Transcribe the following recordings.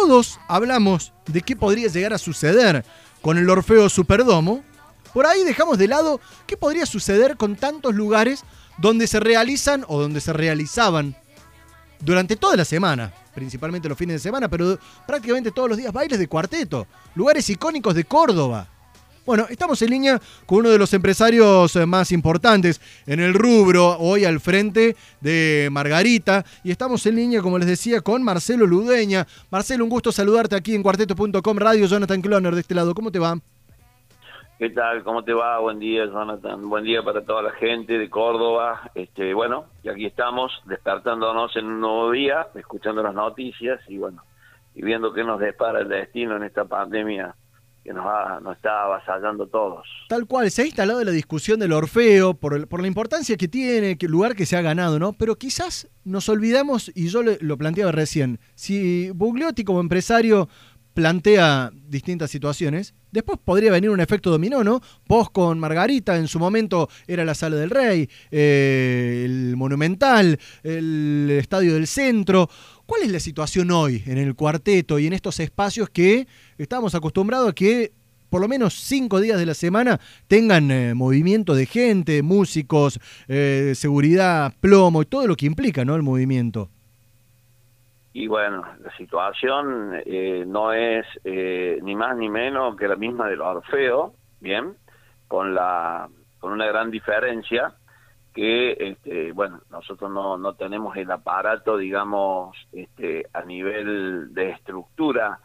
todos hablamos de qué podría llegar a suceder con el Orfeo Superdomo, por ahí dejamos de lado qué podría suceder con tantos lugares donde se realizan o donde se realizaban durante toda la semana, principalmente los fines de semana, pero prácticamente todos los días, bailes de cuarteto, lugares icónicos de Córdoba. Bueno, estamos en línea con uno de los empresarios más importantes en el rubro, hoy al frente de Margarita, y estamos en línea, como les decía, con Marcelo Ludeña. Marcelo, un gusto saludarte aquí en cuarteto.com Radio. Jonathan Cloner de este lado, ¿cómo te va? ¿Qué tal? ¿Cómo te va? Buen día, Jonathan. Buen día para toda la gente de Córdoba. Bueno, y aquí estamos despertándonos en un nuevo día, escuchando las noticias y bueno, y viendo qué nos depara el destino en esta pandemia que nos está avasallando a todos. Tal cual, se ha instalado la discusión del Orfeo por la importancia que tiene, el lugar que se ha ganado, ¿no? Pero quizás nos olvidamos, y yo lo planteaba recién, si Bugliotti como empresario plantea distintas situaciones, después podría venir un efecto dominó, ¿no? Vos con Margarita, en su momento era la Sala del Rey, el Monumental, el Estadio del Centro. ¿Cuál es la situación hoy en el cuarteto y en estos espacios que estamos acostumbrados a que por lo menos 5 días de la semana tengan movimiento de gente, músicos, seguridad, plomo y todo lo que implica, ¿no? El movimiento. Y bueno, la situación no es ni más ni menos que la misma del Orfeo, ¿bien? Con una gran diferencia que, bueno, nosotros no tenemos el aparato, digamos, a nivel de estructura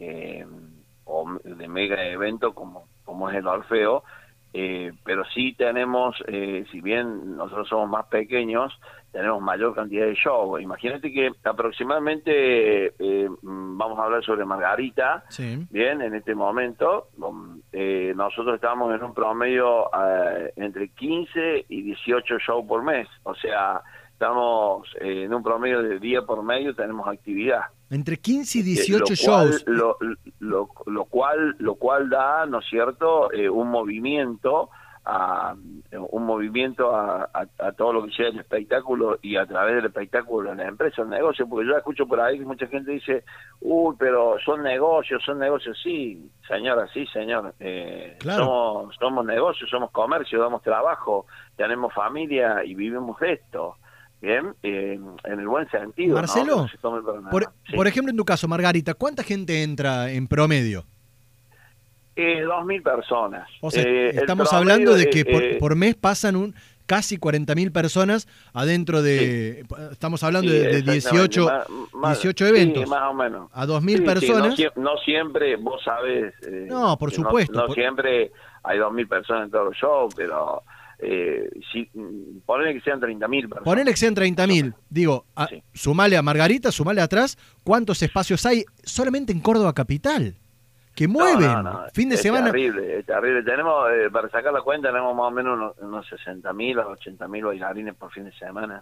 o de mega evento como es el Orfeo, pero sí tenemos, si bien nosotros somos más pequeños, tenemos mayor cantidad de show. Imagínate que aproximadamente, vamos a hablar sobre Margarita, sí. Bien, en este momento, nosotros estamos en un promedio entre 15 y 18 shows por mes, o sea, estamos en un promedio de día por medio, tenemos actividad. Entre 15 y 18 shows. Lo cual da, ¿no es cierto?, un movimiento a todo lo que sea el espectáculo y a través del espectáculo en la empresa, el negocio, porque yo escucho por ahí que mucha gente dice, uy, pero son negocios, sí, señora, sí, señor, claro. Somos negocios, somos comercio, damos trabajo, tenemos familia y vivimos de esto. Bien, en el buen sentido. Marcelo, ¿no? por ejemplo, en tu caso, Margarita, ¿cuánta gente entra en promedio? 2.000 personas. O sea, estamos hablando de que por mes pasan casi 40.000 personas adentro de... Sí. Estamos hablando de 18 eventos. Sí, más o menos. A 2.000 personas. Sí, no siempre, vos sabés... no, por supuesto. No siempre hay 2.000 personas en todos los shows, pero... ponele que sean 30.000 personas. Ponele que sean 30.000. Digo, sí. Sumale a Margarita, sumale atrás, ¿cuántos espacios hay solamente en Córdoba capital? Que mueven, fin de semana. Es terrible. Tenemos, para sacar la cuenta, tenemos más o menos unos 60.000 a 80.000 bailarines por fin de semana.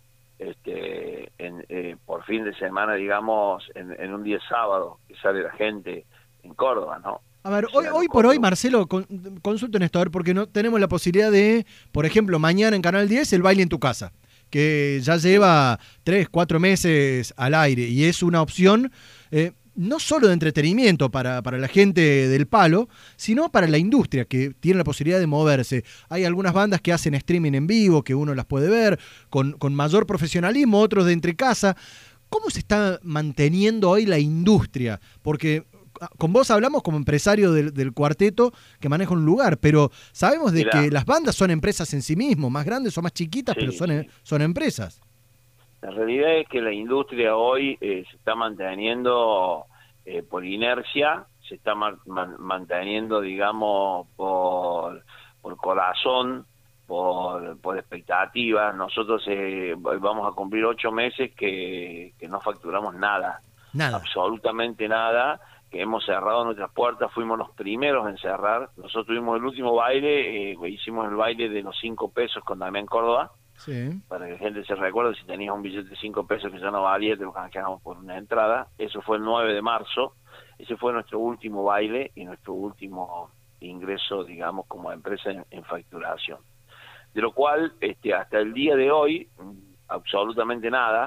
Por fin de semana, digamos, en un día sábado, que sale la gente en Córdoba, ¿no? A ver, hoy por hoy, Marcelo, consulto en esto, a ver, porque no tenemos la posibilidad de, por ejemplo, mañana en Canal 10, el baile en tu casa, que ya lleva 3, 4 meses al aire, y es una opción no solo de entretenimiento para la gente del palo, sino para la industria, que tiene la posibilidad de moverse. Hay algunas bandas que hacen streaming en vivo, que uno las puede ver, con mayor profesionalismo, otros de entre casa. ¿Cómo se está manteniendo hoy la industria? Porque... con vos hablamos como empresario del cuarteto que maneja un lugar, pero sabemos de que las bandas son empresas en sí mismos, más grandes o más chiquitas, sí, pero son empresas. La realidad es que la industria hoy se está manteniendo por inercia, se está manteniendo, digamos, por corazón, por expectativas. Nosotros vamos a cumplir 8 meses que no facturamos nada, absolutamente nada, que hemos cerrado nuestras puertas, fuimos los primeros en cerrar. Nosotros tuvimos el último baile, hicimos el baile de los 5 pesos con Damián Córdoba, sí, para que la gente se recuerde, si tenías un billete de 5 pesos que ya no valía, te lo canjeamos por una entrada. Eso fue el 9 de marzo, ese fue nuestro último baile y nuestro último ingreso, digamos, como empresa en facturación. De lo cual, hasta el día de hoy, absolutamente nada.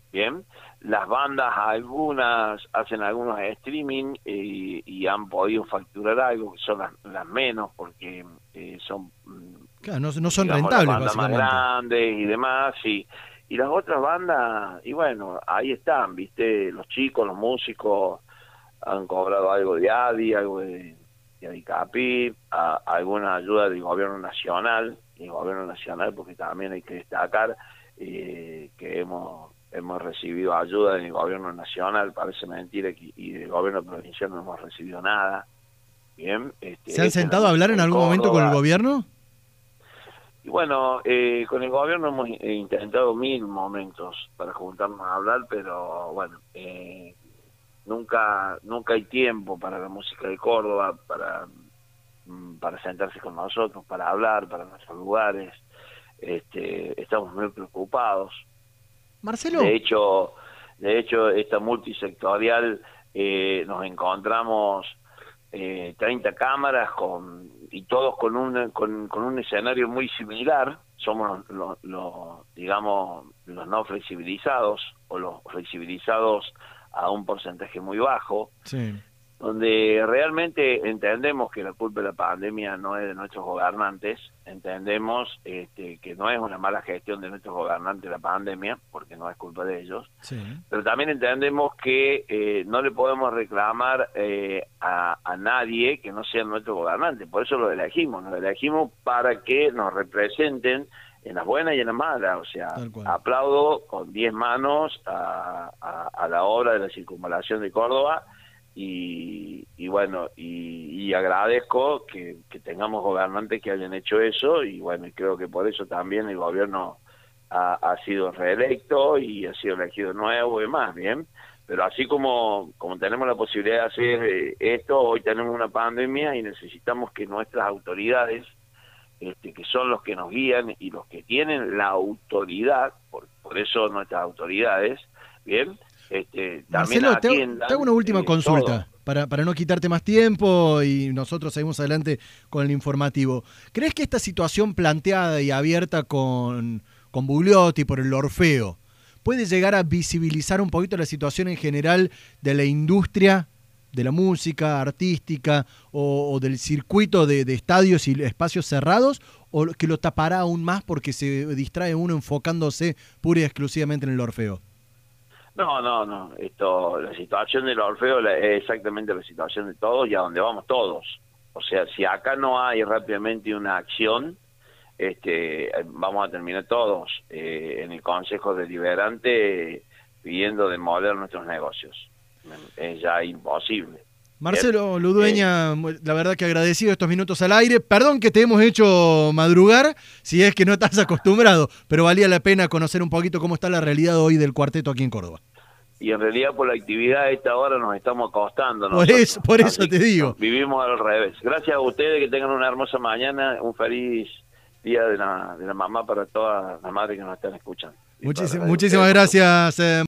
Bien, las bandas algunas hacen algunos streaming y han podido facturar algo, que son las menos porque son, Claro, no son digamos, las rentables, bandas más básicamente. grandes y demás, y las otras bandas, y bueno, ahí están, viste, los chicos, los músicos han cobrado algo de ADI, algo de ADICAPI, alguna ayuda del gobierno nacional, porque también hay que destacar que hemos recibido ayuda del gobierno nacional, parece mentira, y del gobierno provincial no hemos recibido nada. Bien, ¿Se han esta es la sentado a hablar música en de algún momento con el Córdoba. gobierno? Y bueno, con el gobierno hemos intentado 1000 momentos para juntarnos a hablar, pero bueno, nunca hay tiempo para la música de Córdoba, para sentarse con nosotros, para hablar, para nuestros lugares. Estamos muy preocupados. Marcelo, De hecho, esta multisectorial, nos encontramos 30 cámaras y todos con un escenario muy similar. Somos digamos, los no flexibilizados o los flexibilizados a un porcentaje muy bajo, sí. donde realmente entendemos que la culpa de la pandemia no es de nuestros gobernantes, entendemos que no es una mala gestión de nuestros gobernantes la pandemia, porque no es culpa de ellos, Sí. pero también entendemos que no le podemos reclamar a nadie que no sea nuestro gobernante, por eso lo elegimos para que nos representen en las buenas y en las malas, o sea, Tal cual. aplaudo con 10 manos a la obra de la circunvalación de Córdoba, y bueno, y agradezco que tengamos gobernantes que hayan hecho eso, y bueno, y creo que por eso también el gobierno ha sido reelecto y ha sido elegido nuevo y más, bien. Pero así como tenemos la posibilidad de hacer esto, hoy tenemos una pandemia y necesitamos que nuestras autoridades, que son los que nos guían y los que tienen la autoridad, por eso nuestras autoridades, bien, también Marcelo, te atiendan hago una última consulta todo. para no quitarte más tiempo y nosotros seguimos adelante con el informativo. ¿Crees que esta situación planteada y abierta con Bugliotti por el Orfeo puede llegar a visibilizar un poquito la situación en general de la industria de la música artística o del circuito de estadios y espacios cerrados, o que lo tapará aún más porque se distrae uno enfocándose pura y exclusivamente en el Orfeo? No, la situación del Orfeo es exactamente la situación de todos y a donde vamos todos. O sea, si acá no hay rápidamente una acción, vamos a terminar todos en el Consejo Deliberante pidiendo demoler nuestros negocios. Es ya imposible. Marcelo Bien. Ludueña, la verdad que agradecido estos minutos al aire. Perdón que te hemos hecho madrugar, si es que no estás acostumbrado, pero valía la pena conocer un poquito cómo está la realidad hoy del cuarteto aquí en Córdoba. Y en realidad por la actividad a esta hora nos estamos acostando Por nosotros. eso te digo. Vivimos al revés. Gracias a ustedes, que tengan una hermosa mañana, un feliz día de la mamá para todas las madres que nos están escuchando. Muchísimas gracias.